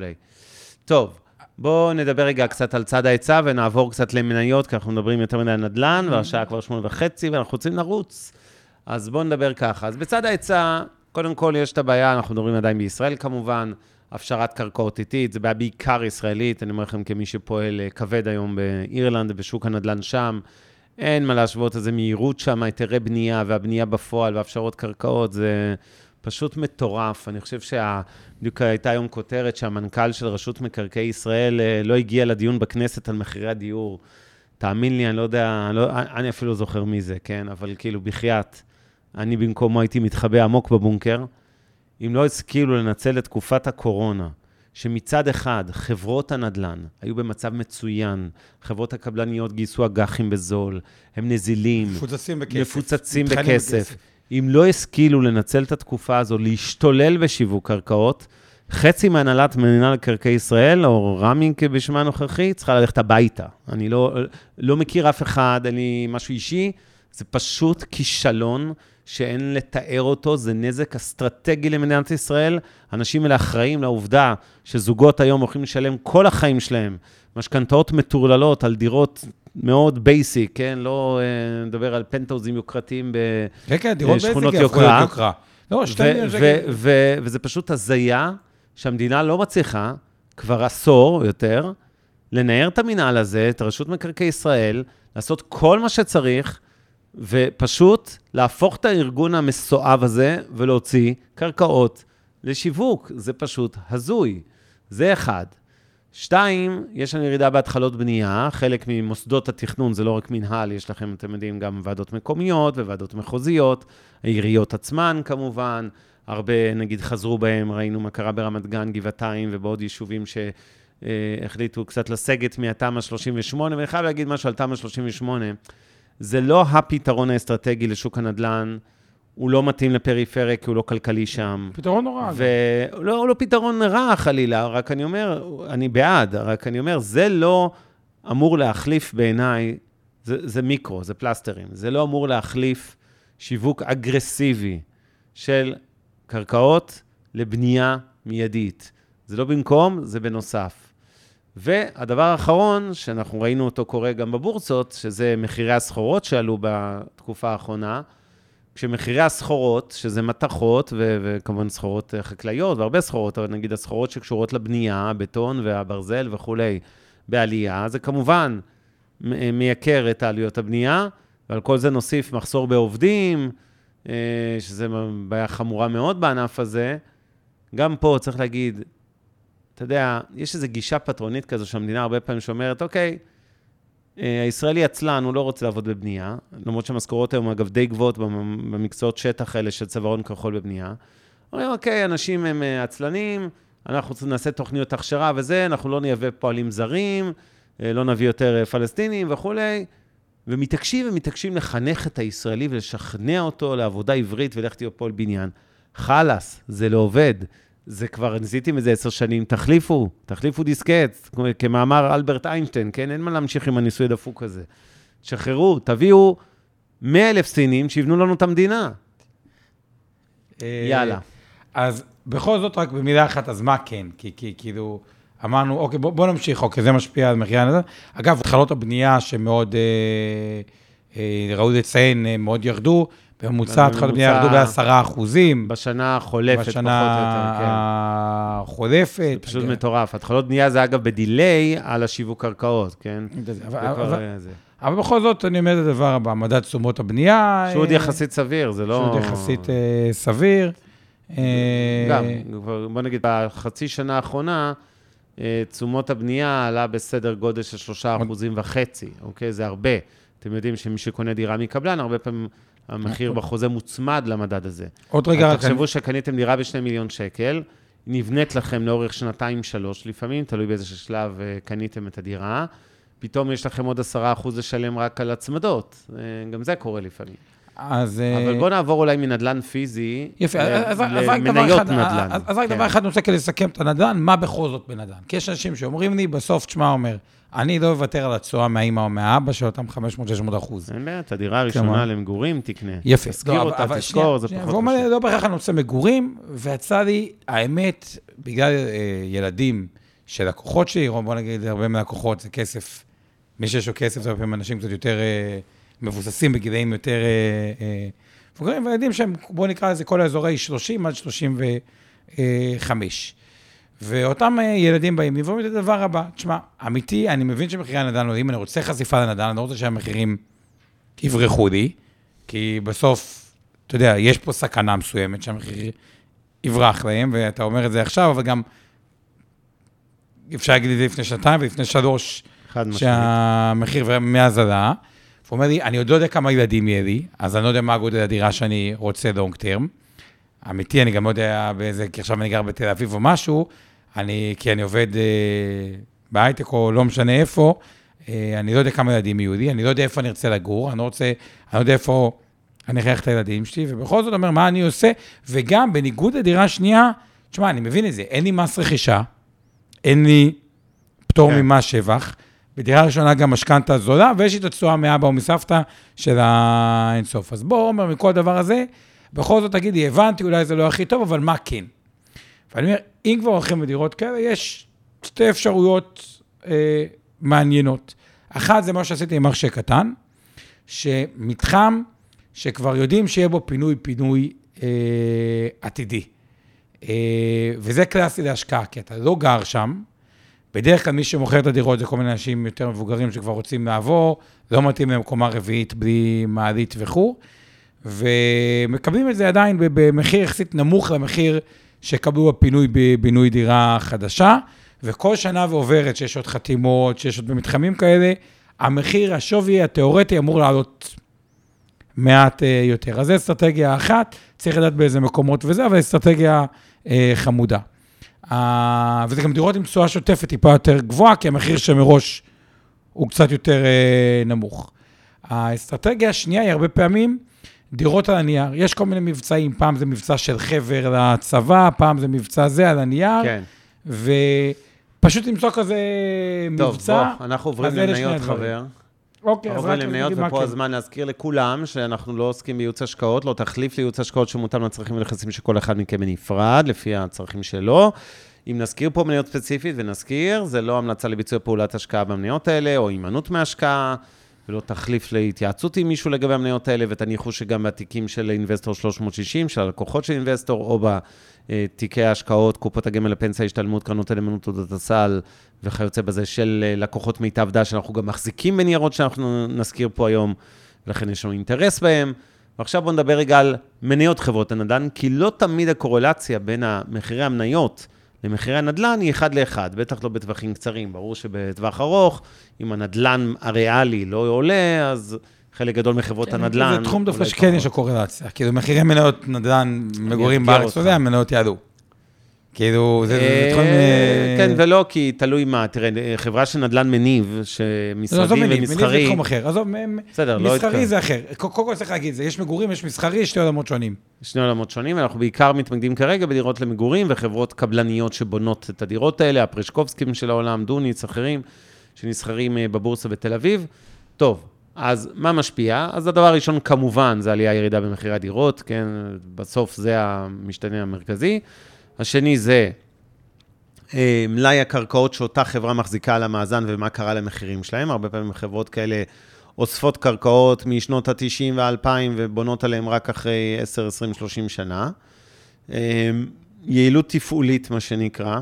טוב. בואו נדבר רגע קצת על צד ההיצע, ונעבור קצת למניות, כי אנחנו מדברים יותר מדי על נדל"ן, והשעה כבר 8:30, ואנחנו רוצים לרוץ. אז בואו נדבר ככה. אז בצד ההיצע, קודם כל יש את הבעיה, אנחנו מדברים עדיין בישראל כמובן, הפשרת קרקעות איטית, זה בעיה בעיקר ישראלית, אני אומר לכם כמי שפועל כבד היום באירלנד, בשוק הנדל"ן שם, אין מה להשוות איזה מהירות שם, היתרי בנייה, והבנייה בפועל, והפשרות קרקעות, זה פשוט מטורף. אני חושב בדיוק הייתה היום כותרת שהמנכ"ל של רשות מקרקעי ישראל לא הגיע לדיון בכנסת על מחירי הדיור. תאמין לי, אני לא יודע, אני אפילו זוכר מי זה, כן? אבל כאילו בחייאת, אני במקומו הייתי מתחבא עמוק בבונקר. אם לא השכילו לנצל את תקופת הקורונה, שמצד אחד חברות הנדל"ן היו במצב מצוין, חברות הקבלניות גייסו אג"חים בזול, הם נזילים, מפוצצים בכסף. אם לא השכילו לנצל את התקופה הזו, להשתולל בשיווק קרקעות, חצי מהנהלת מינהל מקרקעי ישראל, או רמינג בשמה הנוכחי, צריכה ללכת הביתה. אני לא מכיר אף אחד, אין לי משהו אישי, זה פשוט כישלון שאין לתאר אותו, זה נזק אסטרטגי למדינת ישראל. אנשים אלה אחראים לעובדה שזוגות היום הולכים לשלם כל החיים שלהם, משכנתאות מטורללות על דירות מאוד בייסיק, כן? לא נדבר על פנטאוזים יוקרתיים בשכונות יוקרה. וזה פשוט הזיה שהמדינה לא מצליחה, כבר עשור יותר, לנער את המנהל הזה, את רשות מקרקעי ישראל, לעשות כל מה שצריך, ופשוט להפוך את הארגון המסואב הזה ולהוציא קרקעות לשיווק. זה פשוט הזוי. זה אחד. 2, יש לנו ירידה בהתחלות בנייה, חלק ממוסדות התכנון, זה לא רק מנהל, יש לכם, אתם יודעים, גם ועדות מקומיות וועדות מחוזיות, העיריות עצמן כמובן, הרבה נגיד חזרו בהם, ראינו מה קרה ברמת גן, גבעתיים ובעוד יישובים שהחליטו קצת לסגת מהתמ"א 38, ואני חייב להגיד משהו על תמ"א 38, זה לא הפתרון האסטרטגי לשוק הנדל"ן, הוא לא מתאים לפריפריה, כי הוא לא כלכלי שם. פתרון נורא. הוא לא פתרון רע חלילה, רק אני אומר, אני בעד, רק אני אומר, זה לא אמור להחליף בעיניי, זה מיקרו, זה פלסטרים, זה לא אמור להחליף שיווק אגרסיבי של קרקעות לבנייה מיידית. זה לא במקום, זה בנוסף. והדבר האחרון, שאנחנו ראינו אותו קורה גם בבורסות, שזה מחירי הסחורות שעלו בתקופה האחרונה, כשמחירי הסחורות, שזה מתחות, וכמובן סחורות חקלאיות, והרבה סחורות, אבל נגיד הסחורות שקשורות לבנייה, הבטון והברזל וכולי, בעלייה, זה כמובן מייקר את העלויות הבנייה, ועל כל זה נוסיף מחסור בעובדים, שזה בעיה חמורה מאוד בענף הזה. גם פה צריך להגיד, אתה יודע, יש איזו גישה פטרונית כזו שהמדינה הרבה פעמים שאומרת, אוקיי, הישראלי עצלן, הוא לא רוצה לעבוד בבנייה, למרות שהמשכורות היום, אגב, די גבוהות במקצועות שטח האלה של צווארון כחול בבנייה. אומרים, אוקיי, אנשים הם עצלנים, אנחנו נעשה תוכניות הכשרה וזה, אנחנו לא נייבא פועלים זרים, לא נביא יותר פלסטינים וכולי, ומתעקשים לחנך את הישראלי ולשכנע אותו לעבודה עברית ולכת להיות פועל בניין. חלס, זה לא עובד. זה כבר, ניסיתם איזה 10 שנים, תחליפו דיסקט, כמאמר אלברט איינשטיין, כן? אין מה להמשיך עם הניסוי הדפוק הזה. שחררו, תביאו 100,000 סינים שיבנו לנו את המדינה. יאללה. אז בכל זאת רק במילה אחת, אז מה כן? כי כאילו, אמרנו, אוקיי, בוא נמשיך, אוקיי, זה משפיע על מחירי הנדל"ן. אגב, התחלות הבנייה שמאוד, ראוי לציין, מאוד ירדו, בממוצע התחלות הבנייה ירדו ב10%. בשנה החולפת, בשנה החולפת. זה פשוט מטורף. התחלות בנייה זה אגב בדיליי על השיווק קרקעות, כן? אבל בכל זאת אני אומר את הדבר הבא, מדד תשומות הבנייה. שהוא עוד יחסית סביר, זה לא... שהוא עוד יחסית סביר. גם, בוא נגיד, בחצי שנה האחרונה, תשומות הבנייה עלה בסדר גודל של 3.5%, אוקיי? זה הרבה. אתם יודעים שמי שקונה דירה מקבלן, הרבה פעמים המחיר בחוזה מוצמד למדד הזה. עוד רגע... תחשבו שקניתם דירה ב2 מיליון שקל, נבנית לכם לאורך 2-3, לפעמים, תלוי באיזה שלב קניתם את הדירה, פתאום יש לכם עוד 10% לשלם רק על הצמדות. גם זה קורה לפעמים. אבל בוא נעבור אולי מנדלן פיזי למניות נדלן. אז רק דבר אחד נושא כדי לסכם את הנדלן, מה בכל זאת בנדלן? כי יש אנשים שאומרים לי, בסוף תשמע אומר, אני לא אוותר על התשואה מהאמא או מהאבא של אותם 500-600%. אין בעיה, את הדירה הראשונה למגורים תקנה. יפה. תזכיר אותה, תזכור, זה פחות חשוב. והוא אומר, לא בהכרח על נושא מגורים, ויצא לי, האמת, בגלל ילדים של לקוחות שלי, בוא נגיד, הרבה מהלקוחות זה כסף, מי שיש לו כסף, זה הרבה אנשים קצת יותר מבוססים בגילאים יותר מבוגרים, וילדים שהם, בוא נקרא לזה כל האזורי 30 עד 35. ואותם ילדים באים, ואומרים את הדבר הבא, תשמע, אמיתי, אני מבין שמחירי הנדל"ן לא יודעים, אני רוצה חשיפה לנדל"ן, אני לא רוצה שהמחירים יברחו לי, כי בסוף, אתה יודע, יש פה סכנה מסוימת שהמחיר יברח להם, ואתה אומר את זה עכשיו, אבל גם אפשר להגיד את זה לפני 2 ולפני 3, שהמחיר מאז עלה, הוא אומר לי, אני עוד לא יודע כמה ילדים יהיה לי, אז אני לא יודע מה גודל הדירה שאני רוצה לונג טרם. אמיתי, אני גם לא יודע באיזה, כי עכשיו אני גר בתל אביב או משהו, כי אני עובד בהייטק או לא משנה איפה, אני לא יודע כמה ילדים יהיו לי, אני לא יודע איפה אני ארצה לגור, אני לא יודע איפה אני אחייך את הילדים שלי, ובכל זאת אומר, מה אני עושה? וגם בניגוד לדירה השנייה, תשמע, אני מבין את זה, אין לי מס רכישה, אין לי פטור ממס שבח, בדירה ראשונה גם משכנתה זולה, ויש לי את התשואה מאבא או מסבתא של האינסוף. אז בוא, אומר, מכל דבר הזה, בכל זאת תגידי, הבנתי, אולי זה לא הכי טוב, אבל מה כן? ואני אומר, אם כבר הולכים בדירות כאלה, יש 2 אפשרויות מעניינות. אחת זה מה שעשיתי עם מרשה קטן, שמתחם שכבר יודעים שיהיה בו פינוי עתידי. וזה קלאסי להשקעה, כי אתה לא גר שם, בדרך כלל מי שמוכר את הדירות זה כל מיני אנשים יותר מבוגרים שכבר רוצים לעבור, לא מתאים להם קומה רביעית בלי מעלית וכו', ומקבלים את זה עדיין במחיר יחסית נמוך למחיר שקבלו בפינוי בבינוי דירה חדשה, וכל שנה ועוברת שיש עוד חתימות, שיש עוד במתחמים כאלה, המחיר השווי התיאורטי אמור לעלות מעט יותר. אז זו אסטרטגיה אחת, צריך לדעת באיזה מקומות וזה, אבל אסטרטגיה חמודה. וזה גם דירות עם תשואה שוטפת טיפה יותר גבוהה, כי המחיר שמראש הוא קצת יותר נמוך. האסטרטגיה השנייה היא הרבה פעמים דירות על הנייר. יש כל מיני מבצעים, פעם זה מבצע של חבר לצבא, פעם זה מבצע זה על הנייר, כן. ופשוט למצוא כזה מבצע. טוב, בוא, אנחנו עוברים למניות חבר. אוקיי, אז רק למניות, ופה הזמן להזכיר לכולם שאנחנו לא עוסקים בייעוץ השקעות, לא תחליף לייעוץ השקעות שמותאם לצרכים ולנכסים שכל אחד מכם בנפרד, לפי הצרכים שלו. אם נזכיר פה מניות ספציפית ונזכיר, זה לא המלצה לביצוע פעולת השקעה במניות האלה, או הימנעות מהשקעה, ולא תחליף להתייעצות עם מישהו לגבי המניות האלה, ותניחו שגם בתיקים של אינבסטור 360, של הלקוחות של אינבסטור, או בתיקי ההשקעות, קופות הגמל לפנסיה, השתלמות, קרנות אלמנות, תעודת הסל, וכיוצא בזה של לקוחות מיטב דעת, שאנחנו גם מחזיקים בניירות שאנחנו נזכיר פה היום, ולכן יש לנו אינטרס בהם. ועכשיו בואו נדבר רגע על מניות חברות הנדל"ן, כי לא תמיד הקורלציה בין מחירי המניות למחירי הנדל"ן היא 1-1, בטח לא בטווחים קצרים. ברור שבטווח ארוך, אם הנדל"ן הריאלי לא עולה, אז חלק גדול מחברות הנדל"ן... זה תחום דווקא שכן יש הקורלציה. כאילו, מחירי מניות נדל"ן מגורים בארץ, אתה יודע, המניות יעלו. כאילו, זה תחום... כן ולא, כי תלוי מה. תראה, חברה של נדל"ן מניב, שמשרדים ומסחרי... מניב זה תחום אחר. מסחרי זה אחר. קודם כל צריך להגיד, יש מגורים, יש מסחרי, יש שני עולמות שונים. שני עולמות שונים, ואנחנו בעיקר מתמקדים כרגע בדירות למגורים, וחברות קבלניות שבונות את הדירות האלה, הפרשקובסקים של העולם, דוניץ, אחרים, שנסחרים בבורסה בתל אביב. טוב, אז מה משפיע? אז הדבר הראשון כמובן, זה עלייה ירידה במחירי הדירות, כן? בסוף זה המשתנה המרכזי. השני זה מלאי הקרקעות שאותה חברה מחזיקה על המאזן ומה קרה למחירים שלהם. הרבה פעמים חברות כאלה אוספות קרקעות משנות ה-90 וה-2000 ובונות עליהם רק אחרי 10, 20, 30 שנה. יעילות תפעולית, מה שנקרא.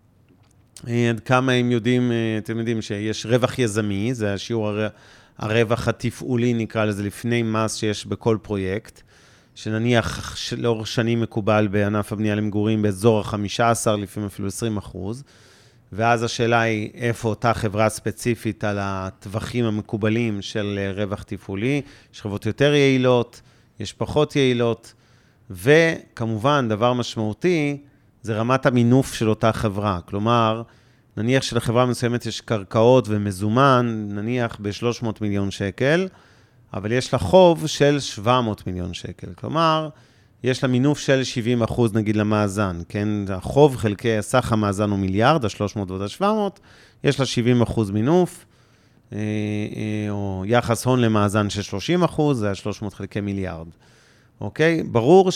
עד כמה הם יודעים, אתם יודעים שיש רווח יזמי, זה השיעור הרווח התפעולי נקרא לזה לפני מס שיש בכל פרויקט. שנניח לאורך שנים מקובל בענף הבנייה למגורים באזור ה-15, לפעמים אפילו 20%, ואז השאלה היא איפה אותה חברה ספציפית על הטווחים המקובלים של רווח תפעולי, יש חברות יותר יעילות, יש פחות יעילות, וכמובן דבר משמעותי זה רמת המינוף של אותה חברה, כלומר, נניח שלחברה מסוימת יש קרקעות ומזומן, נניח ב-300 מיליון שקל, אבל יש לה חוב של 700 מיליון שקל. כלומר, יש לה מינוף של 70% נגיד למאזן, כן? החוב חלקי הסך המאזן הוא מיליארד, ה-300 ועוד ה-700, יש לה 70% מינוף, או יחס הון למאזן של 30%, זה ה-300 חלקי מיליארד. אוקיי? ברור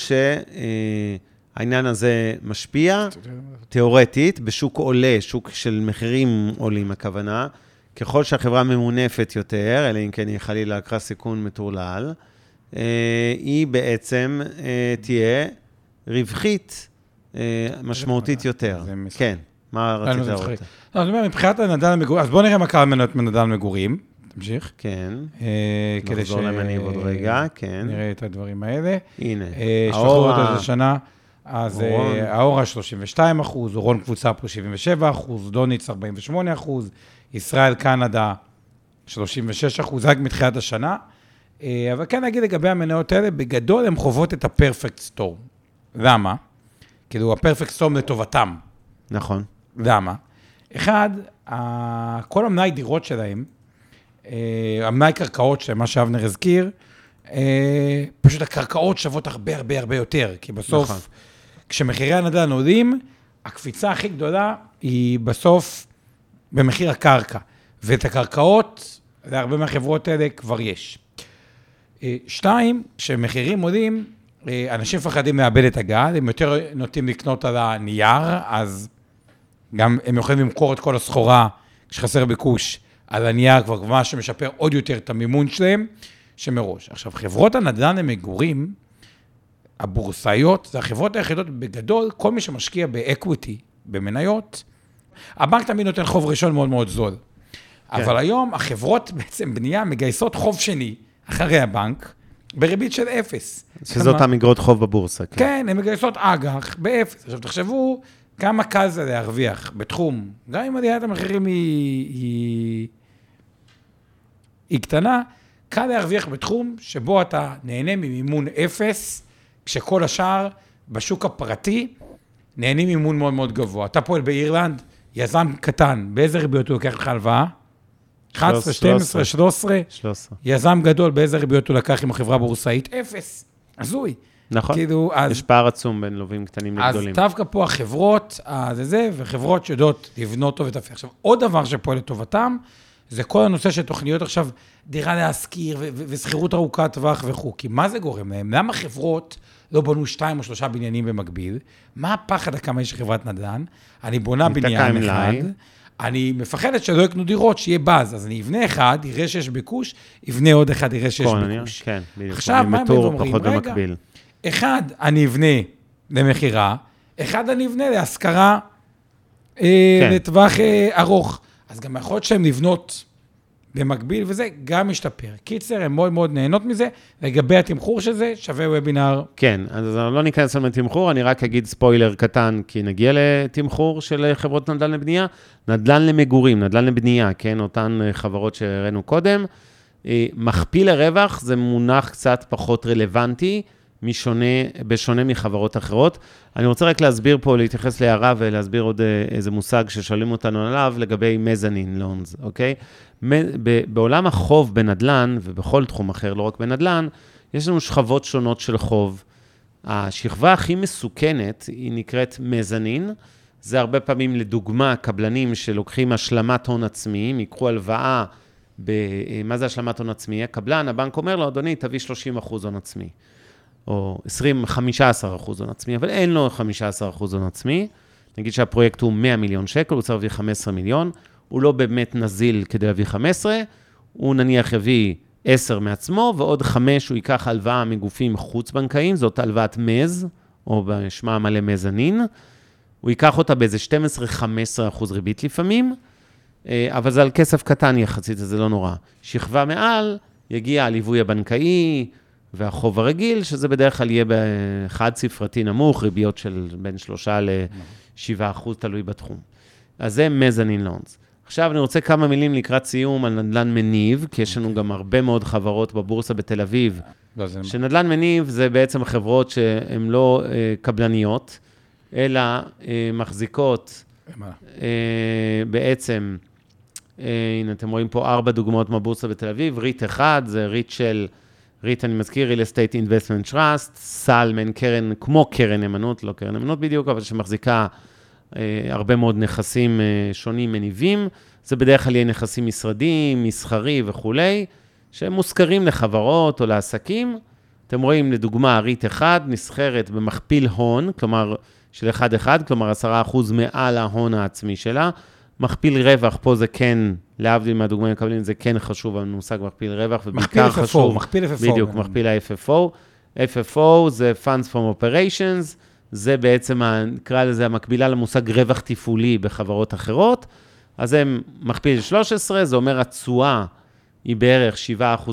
שהעניין הזה משפיע, תיאורטית, בשוק עולה, שוק של מחירים עולים הכוונה, ככל שהחברה ממונפת יותר, אלא אם כן היא חלילה לקחה סיכון מטורלל, היא בעצם תהיה רווחית משמעותית יותר. כן, מה רצית לראות? אני אומר, מבחינת הנדל"ן המגורים, אז בואו נראה מה קרה מניות מנדל"ן המגורים. תמשיך. כן. נחזור למניב עוד רגע, כן. נראה את הדברים האלה. הנה. שחררו את איזה שנה. אז האורה 32%, אורון קבוצה פה 77%, דוניץ 48%, ישראל קנדה 36%, רק מתחילת השנה. אבל כן נגיד לגבי המניות האלה, בגדול הן חוות את הפרפקט סטורם. למה? כאילו הפרפקט סטורם לטובתם. נכון. למה? אחד, כל המלאי דירות שלהם, המלאי קרקעות שלהם, מה שאבנר הזכיר, פשוט הקרקעות שוות הרבה יותר, כי בסוף, נכון. כשמחירי הנדל"ן עולים, הקפיצה הכי גדולה היא בסוף במחיר הקרקע, ואת הקרקעות, להרבה מהחברות האלה כבר יש. 2, כשמחירים עולים, אנשים מפחדים לאבד את הגל, הם יותר נוטים לקנות על הנייר, אז גם הם יכולים למכור את כל הסחורה, כשחסר ביקוש, על הנייר כבר מה שמשפר עוד יותר את המימון שלהם, שמראש. עכשיו, חברות הנדל"ן למגורים, הבורסאיות, זה החברות היחידות בגדול, כל מי שמשקיע באקוויטי, במניות, הבנק תמיד נותן חוב ראשון מאוד מאוד זול. אבל היום החברות בעצם בנייה מגייסות חוב שני, אחרי הבנק, בריבית של 0. שזאת המגרות חוב בבורסה. כן, הן מגייסות אג"ח ב-0. עכשיו תחשבו כמה קל זה להרוויח בתחום, גם אם עליית המחירים היא קטנה, קל להרוויח בתחום שבו אתה נהנה ממימון 0, כשכל השאר בשוק הפרטי נהנים מימון מאוד מאוד גבוה. אתה פועל באירלנד, יזם קטן, באיזה ריביות הוא לוקח לך הלוואה? 11, 12, 13. יזם גדול, באיזה ריביות הוא לקח עם החברה בורסאית? 0. הזוי. נכון. כאילו, יש פער עצום בין לווים קטנים לגדולים. אז דווקא פה החברות, וחברות שיודעות לבנות טוב את הפי. עכשיו, עוד דבר שפועל לטובתם, זה כל הנושא של תוכניות עכשיו, דירה להשכיר וסחירות ארוכת טווח וכו'. כי מה זה גורם להם? למה חברות לא בנו 2 או 3 בניינים במקביל? מה הפחד כמה יש חברת נדל"ן? אני בונה בניין אחד, אני מפחדת שלא יקנו דירות, שיהיה בז. אז אני אבנה אחד, יראה שיש ביקוש, אבנה עוד אחד, יראה שיש ביקוש. כן, בדיוק. עכשיו, מה הם אומרים? רגע, אחד, אני אבנה למחירה, אחד, אני אבנה להשכרה לטווח ארוך. אז גם יכול להיות שהם לבנות במקביל, וזה גם משתפר. קיצר, הם מאוד מאוד נהנות מזה, לגבי התמחור של זה, שווה וובינר. כן, אז לא ניכנס על תמחור, אני רק אגיד ספוילר קטן, כי נגיע לתמחור של חברות נדל"ן לבנייה, נדל"ן למגורים, נדל"ן לבנייה, כן, אותן חברות שהראינו קודם. מכפיל הרווח זה מונח קצת פחות רלוונטי, בשונה מחברות אחרות. אני רוצה רק להסביר פה, להתייחס להערה ולהסביר עוד איזה מושג ששואלים אותנו עליו, לגבי מזנין לונס, אוקיי? בעולם החוב בנדלן, ובכל תחום אחר, לא רק בנדלן, יש לנו שכבות שונות של חוב. השכבה הכי מסוכנת, היא נקראת מזנין, זה הרבה פעמים לדוגמה, קבלנים שלוקחים השלמת הון עצמי, יקחו הלוואה, מה זה השלמת הון עצמי? הקבלן, הבנק אומר לו, אדוני, תביא 30% הון עצמי. או 15% הון עצמי, אבל אין לו 15% הון עצמי. נגיד שהפרויקט הוא 100 מיליון שקל, הוא צריך להביא 15 מיליון, הוא לא באמת נזיל כדי להביא 15, הוא נניח יביא 10 מעצמו, ועוד 5 הוא ייקח הלוואה מגופים חוץ-בנקאיים, זאת הלוואת מז, או בשמה מלא מזנין, הוא ייקח אותה באיזה 12-15% ריבית לפעמים, אבל זה על כסף קטן יחסית, זה לא נורא. שכבה מעל, יגיע הליווי הבנקאי, והחוב הרגיל, שזה בדרך כלל יהיה בחד ספרתי נמוך, ריביות של בין 3-7%, תלוי בתחום. אז זה מזנין לונס. עכשיו אני רוצה כמה מילים לקראת סיום על נדל"ן מניב, כי יש לנו גם הרבה מאוד חברות בבורסה בתל אביב, שנדל"ן מניב זה בעצם חברות שהן לא קבלניות, אלא מחזיקות בעצם, הנה אתם רואים פה 4 דוגמאות מהבורסה בתל אביב, ריט אחד, זה ריט של ריט, אני מזכיר, Real Estate Investment Trust, סלמן, קרן, כמו קרן נאמנות, לא קרן נאמנות בדיוק, אבל שמחזיקה הרבה מאוד נכסים שונים מניבים, זה בדרך כלל יהיה נכסים משרדיים, מסחרי וכו', שהם מוזכרים לחברות או לעסקים. אתם רואים, לדוגמה, ריט אחד נסחרת במכפיל הון, כלומר, של 1-1, כלומר 10% מעל ההון העצמי שלה, מכפיל רווח, פה זה כן, להבדיל מהדוגמה מקבלים, זה כן חשוב, המושג מכפיל רווח, ובעיקר חשוב, מכפיל FFO. בדיוק, מכפיל ה-FFO. FFO זה Funds from Operations, זה בעצם, נקרא לזה, המקבילה למושג רווח תפעולי בחברות אחרות, אז זה מכפיל 13, זה אומר התשואה היא בערך 7%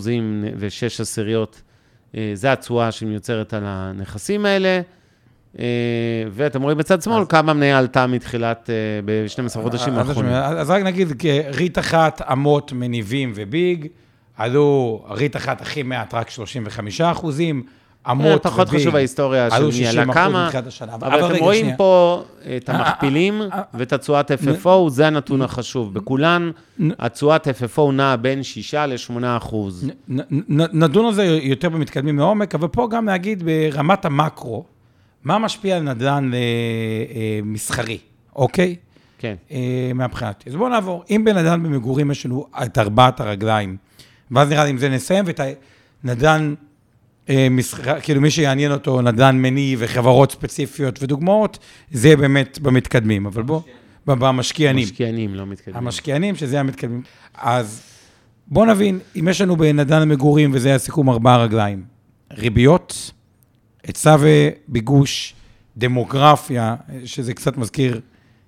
ו6%, זה התשואה שמיוצרת על הנכסים האלה, ואתם רואים בצד שמאל כמה מניה עלתה מתחילת ב-12 חודשים האחרונים. אז רק נגיד, ריט אחת, אמות, מניבים וביג, עלו ריט אחת הכי מעט, רק 35%, אמות פחות חשוב ההיסטוריה של מי עלה כמה, אבל אתם רואים פה את המכפילים ואת התשואת FFO, זה הנתון החשוב. בכולן, התשואת FFO נעה בין 6-8%. נדון על זה יותר במתקדמים לעומק, אבל פה גם להגיד ברמת המקרו, מה משפיע על נדל"ן מסחרי, אוקיי? כן. מהבחינתי. אז בואו נעבור. אם בנדל"ן במגורים יש לנו את 4 הרגליים, ואז נראה לי אם זה נסיים, ואת הנדל"ן מסחרי, כאילו מי שיעניין אותו, נדל"ן מניב וחברות ספציפיות ודוגמאות, זה באמת במתקדמים. אבל בואו, במשקיענים. משקיענים, לא מתקדמים. המשקיענים, שזה המתקדמים. אז בואו נבין, אם יש לנו בנדל"ן המגורים, וזה הסיכום 4 רגליים, ריביות, היצע וביקוש, דמוגרפיה, שזה קצת מזכיר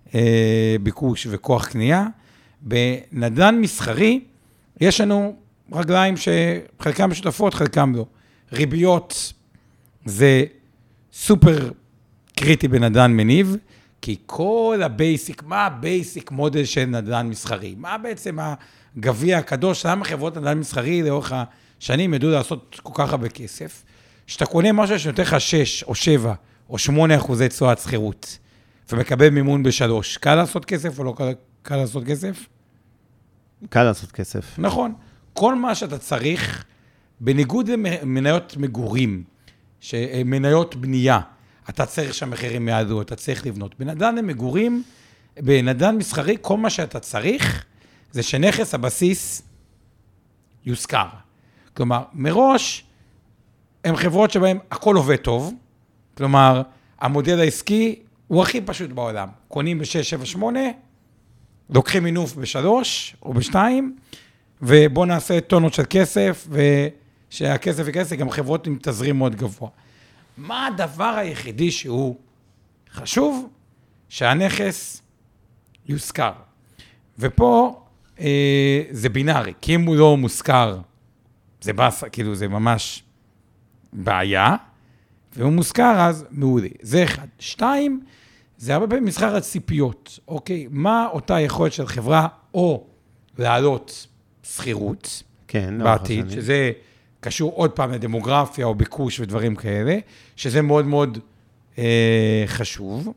ביקוש וכוח קנייה. בנדל"ן מסחרי, יש לנו רגליים שחלקם משותפות, חלקם לא. ריביות זה סופר קריטי בנדל"ן מניב, כי כל הבייסיק, מה הבייסיק מודל של נדל"ן מסחרי? מה בעצם הגביע הקדוש? למה חברות נדל"ן מסחרי לאורך השנים ידעו לעשות כל כך הרבה כסף? שאתה קונה משהו שנותן לך 6 או 7 או 8% תשואת שכירות, ומקבל מימון ב3, קל לעשות כסף או לא קל לעשות כסף? קל לעשות כסף. נכון. כל מה שאתה צריך, בניגוד למניות מגורים, מניות בנייה, אתה צריך שהמחירים יעלו, אתה צריך לבנות. בנדל"ן למגורים, בנדל"ן מסחרי, כל מה שאתה צריך, זה שנכס הבסיס יוזכר. כלומר, מראש, הם חברות שבהן הכל עובד טוב, כלומר, המודל העסקי הוא הכי פשוט בעולם. קונים ב-6, 7, 8, לוקחים מינוף ב-3 או ב-2, ובואו נעשה טונות של כסף, ושהכסף ייכנס, גם חברות עם תזרים מאוד גבוה. מה הדבר היחידי שהוא חשוב? שהנכס יוזכר. ופה זה בינארי, כי אם הוא לא מוזכר, זה כאילו זה ממש בעיה, והוא מוזכר אז מעולה. זה אחד. 2, זה הרבה פעמים מסחר הציפיות. אוקיי, מה אותה יכולת של חברה או להעלות שכירות בעתיד, שזה קשור עוד פעם לדמוגרפיה או ביקוש ודברים כאלה, שזה מאוד מאוד חשוב.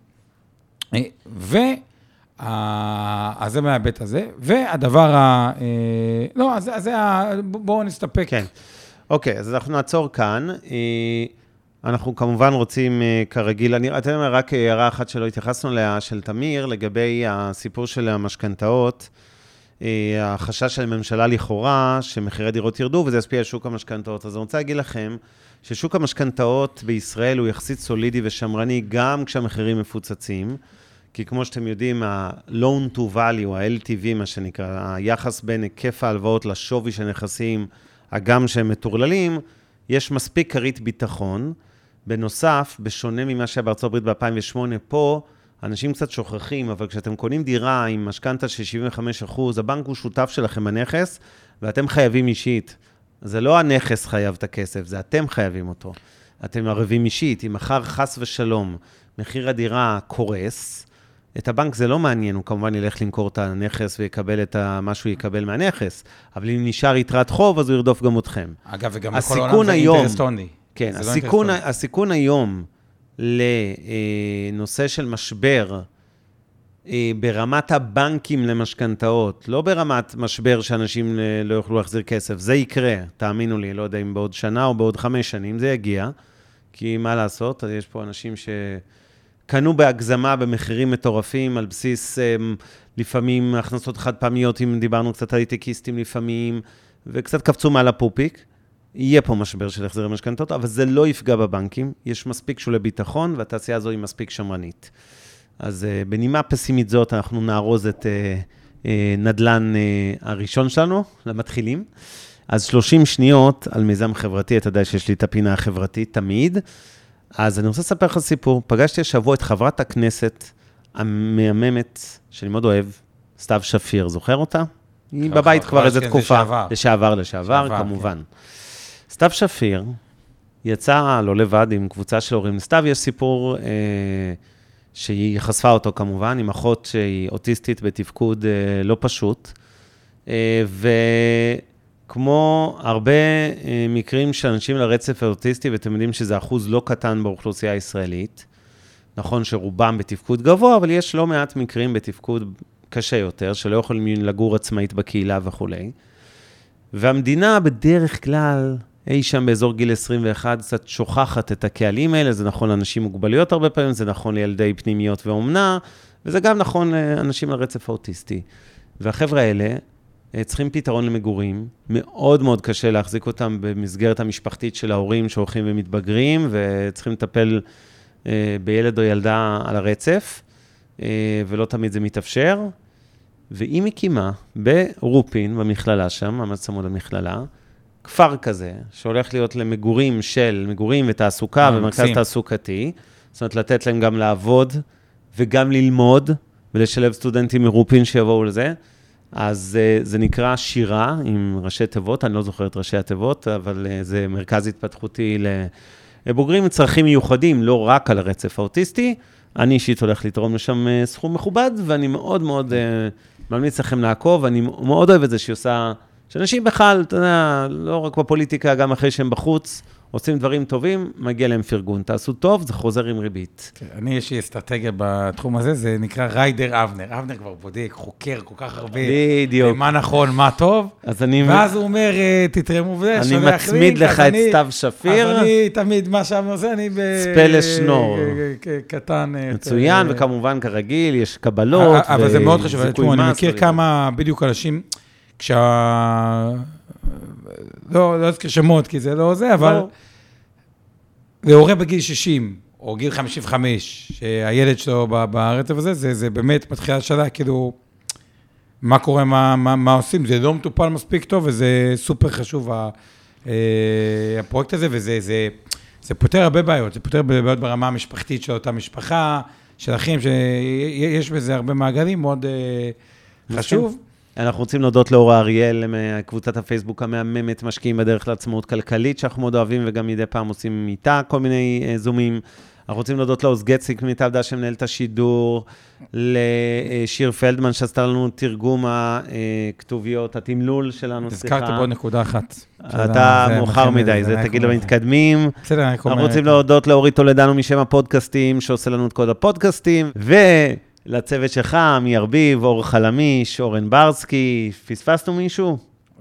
אז זה מהבית הזה, והדבר לא, בואו נסתפק. כן. אוקיי, אז אנחנו נעצור כאן. אנחנו כמובן רוצים כרגיל, אתם אומר רק הערה אחת שלא התייחסנו לה, של תמיר, לגבי הסיפור של המשכנתאות, החשש של הממשלה לכאורה, שמחירי דירות ירדו, וזה ישפיע על שוק המשכנתאות. אז אני רוצה להגיד לכם, ששוק המשכנתאות בישראל הוא יחסית סולידי ושמרני, גם כשהמחירים מפוצצים, כי כמו שאתם יודעים, ה-loan to value, ה-LTV, מה שנקרא, היחס בין היקף ההלוואות לשווי של נכסים, הגם שהם מטורללים, יש מספיק כרית ביטחון. בנוסף, בשונה ממה שהיה בארצות הברית ב-2008, פה אנשים קצת שוכחים, אבל כשאתם קונים דירה עם משכנתה של 75%, הבנק הוא שותף שלכם בנכס, ואתם חייבים אישית. זה לא הנכס חייב את הכסף, זה אתם חייבים אותו. אתם ערבים אישית. אם מחר חס ושלום מחיר הדירה קורס, את הבנק זה לא מעניין, הוא כמובן ילך למכור את הנכס ויקבל את מה שהוא יקבל מהנכס, אבל אם נשאר יתרת חוב, אז הוא ירדוף גם אתכם. אגב, וגם בכל העולם זה אינטרסט הוני. כן, הסיכון היום לנושא של משבר ברמת הבנקים למשכנתאות, לא ברמת משבר שאנשים לא יוכלו להחזיר כסף, זה יקרה, תאמינו לי, לא יודע אם בעוד שנה או בעוד 5 שנים, זה יגיע, כי מה לעשות, יש פה אנשים שקנו בהגזמה במחירים מטורפים, על בסיס לפעמים הכנסות חד פעמיות, אם דיברנו קצת על היטקיסטים לפעמים, וקצת קפצו מעל הפופיק, יהיה פה משבר של החזר המשכנתאות, אבל זה לא יפגע בבנקים, יש מספיק שולי ביטחון, והתעשייה הזו היא מספיק שמרנית. אז בנימה פסימית זאת, אנחנו נארוז את נדל"ן הראשון שלנו, למתחילים. אז 30 שניות על מיזם חברתי, אתה יודע שיש לי את הפינה החברתית תמיד. אז אני רוצה לספר לך סיפור. פגשתי השבוע את חברת הכנסת המהממת, שאני מאוד אוהב, סתיו שפיר, זוכר אותה? היא בבית כבר איזו תקופה. לשעבר, כמובן. סתיו שפיר יצאה לא לבד עם קבוצה של הורים. לסתיו יש סיפור שהיא חשפה אותו כמובן, עם אחות שהיא אוטיסטית בתפקוד לא פשוט, וכמו הרבה מקרים של אנשים לרצף האוטיסטי, ואתם יודעים שזה אחוז לא קטן באוכלוסייה הישראלית, נכון שרובם בתפקוד גבוה, אבל יש לא מעט מקרים בתפקוד קשה יותר, שלא יכולים לגור עצמאית בקהילה וכו'. והמדינה בדרך כלל, אי שם באזור גיל 21, קצת שוכחת את הקהלים האלה, זה נכון לאנשים מוגבלויות הרבה פעמים, זה נכון לילדי פנימיות ואומנה, וזה גם נכון לאנשים לרצף האוטיסטי. והחבר'ה האלה צריכים פתרון למגורים, מאוד מאוד קשה להחזיק אותם במסגרת המשפחתית של ההורים שהולכים ומתבגרים, וצריכים לטפל בילד או ילדה על הרצף, ולא תמיד זה מתאפשר. והיא מקימה ברופין, במכללה שם, ממש צמוד המכללה, כפר כזה, שהולך להיות למגורים של מגורים ותעסוקה ומרכז תעסוקתי, זאת אומרת לתת להם גם לעבוד וגם ללמוד ולשלב סטודנטים מרופין שיבואו לזה. אז זה נקרא שירה עם ראשי תיבות, אני לא זוכר את ראשי התיבות, אבל זה מרכז התפתחותי לבוגרים עם צרכים מיוחדים, לא רק על הרצף האוטיסטי. אני אישית הולך לתרום לשם סכום מכובד, ואני מאוד מאוד ממליץ לכם לעקוב, אני מאוד אוהב את זה שהיא עושה, שאנשים בכלל, אתה יודע, לא רק בפוליטיקה, גם אחרי שהם בחוץ, עושים דברים טובים, מגיע להם פרגון. תעשו טוב, זה חוזר עם ריבית. אני יש לי אסטרטגיה בתחום הזה, זה נקרא ריידר אבנר. אבנר כבר בודק, חוקר כל כך הרבה. בדיוק. מה נכון, מה טוב. ואז הוא אומר, תתרמו בזה, אני מצמיד לך את סתיו שפיר. אז אני תמיד, מה שאני עושה, אני ספלש נור. קטן. מצוין, וכמובן כרגיל, יש קבלות. אבל זה מאוד חשוב. אני מכיר כמה בדיוק אנשים, לא אזכיר שמות, כי זה לא זה, אבל להורה בגיל 60, או גיל 55, שהילד שלו ברצף הזה, זה באמת מתחילה השאלה, כאילו, מה קורה, מה עושים, זה לא מטופל מספיק טוב, וזה סופר חשוב, הפרויקט הזה, וזה פותר הרבה בעיות, זה פותר בעיות ברמה המשפחתית של אותה משפחה, של אחים, שיש בזה הרבה מעגלים, מאוד חשוב. אנחנו רוצים להודות לאורה אריאל, קבוצת הפייסבוק המהממת, משקיעים בדרך לעצמאות כלכלית, שאנחנו מאוד אוהבים, וגם מדי פעם עושים איתה כל מיני זומים. אנחנו רוצים להודות לאוז גציק, מתעבדה שמנהל את השידור, לשיר פלדמן, שעשתה לנו תרגום הכתוביות, התמלול שלנו, סליחה. תזכרתי בעוד נקודה אחת. אתה מאוחר מדי, זה תגיד לו מתקדמים. אנחנו רוצים להודות לאורית תולדנו משם הפודקאסטים, שעושה לנו את קוד הפודקאסטים, לצוות שלך, עמי ארביב, אור חלמיש, אורן ברסקי, פספסנו מישהו?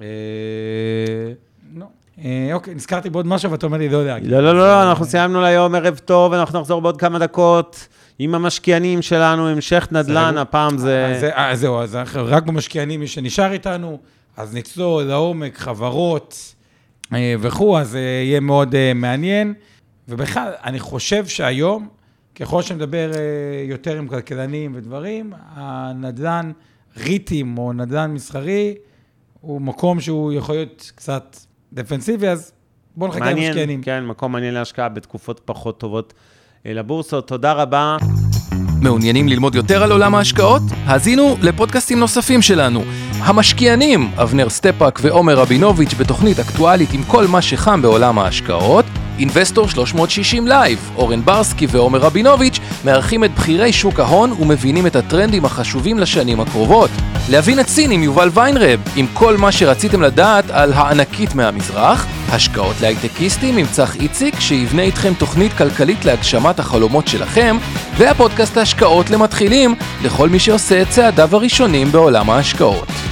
לא. אוקיי, נזכרתי בעוד משהו, ואתה אומר לי, לא יודע. לא, אנחנו סיימנו להיום, ערב טוב, ואנחנו נחזור בעוד כמה דקות עם המשקיענים שלנו, המשך נדל"ן, הפעם זה... זהו, אז רק במשקיענים שנשאר איתנו, אז נצלול לעומק, חברות וכו', אז יהיה מאוד מעניין, ובכלל, אני חושב שהיום, ככל שמדבר יותר עם כלכלנים ודברים, הנדל"ן ריטים או נדל"ן מסחרי, הוא מקום שהוא יכול להיות קצת דפנסיבי, אז בואו נחכה למשקיענים. כן, מקום מעניין להשקעה בתקופות פחות טובות לבורסות. תודה רבה. מעוניינים ללמוד יותר על עולם ההשקעות? האזינו לפודקאסטים נוספים שלנו. המשקיענים, אבנר סטפאק ועומר רבינוביץ' בתוכנית אקטואלית עם כל מה שחם בעולם ההשקעות. אינבסטור 360 לייב, אורן ברסקי ועומר רבינוביץ' מארחים את בחירי שוק ההון ומבינים את הטרנדים החשובים לשנים הקרובות. להבין את סין עם יובל ויינרב, עם כל מה שרציתם לדעת על הענקית מהמזרח. השקעות להייטקיסטים עם צח איציק, שיבנה איתכם תוכנית כלכלית להגשמת החלומות שלכם. והפודקאסט ההשקעות למתחילים, לכל מי שעושה את צעדיו הראשונים בעולם ההשקעות.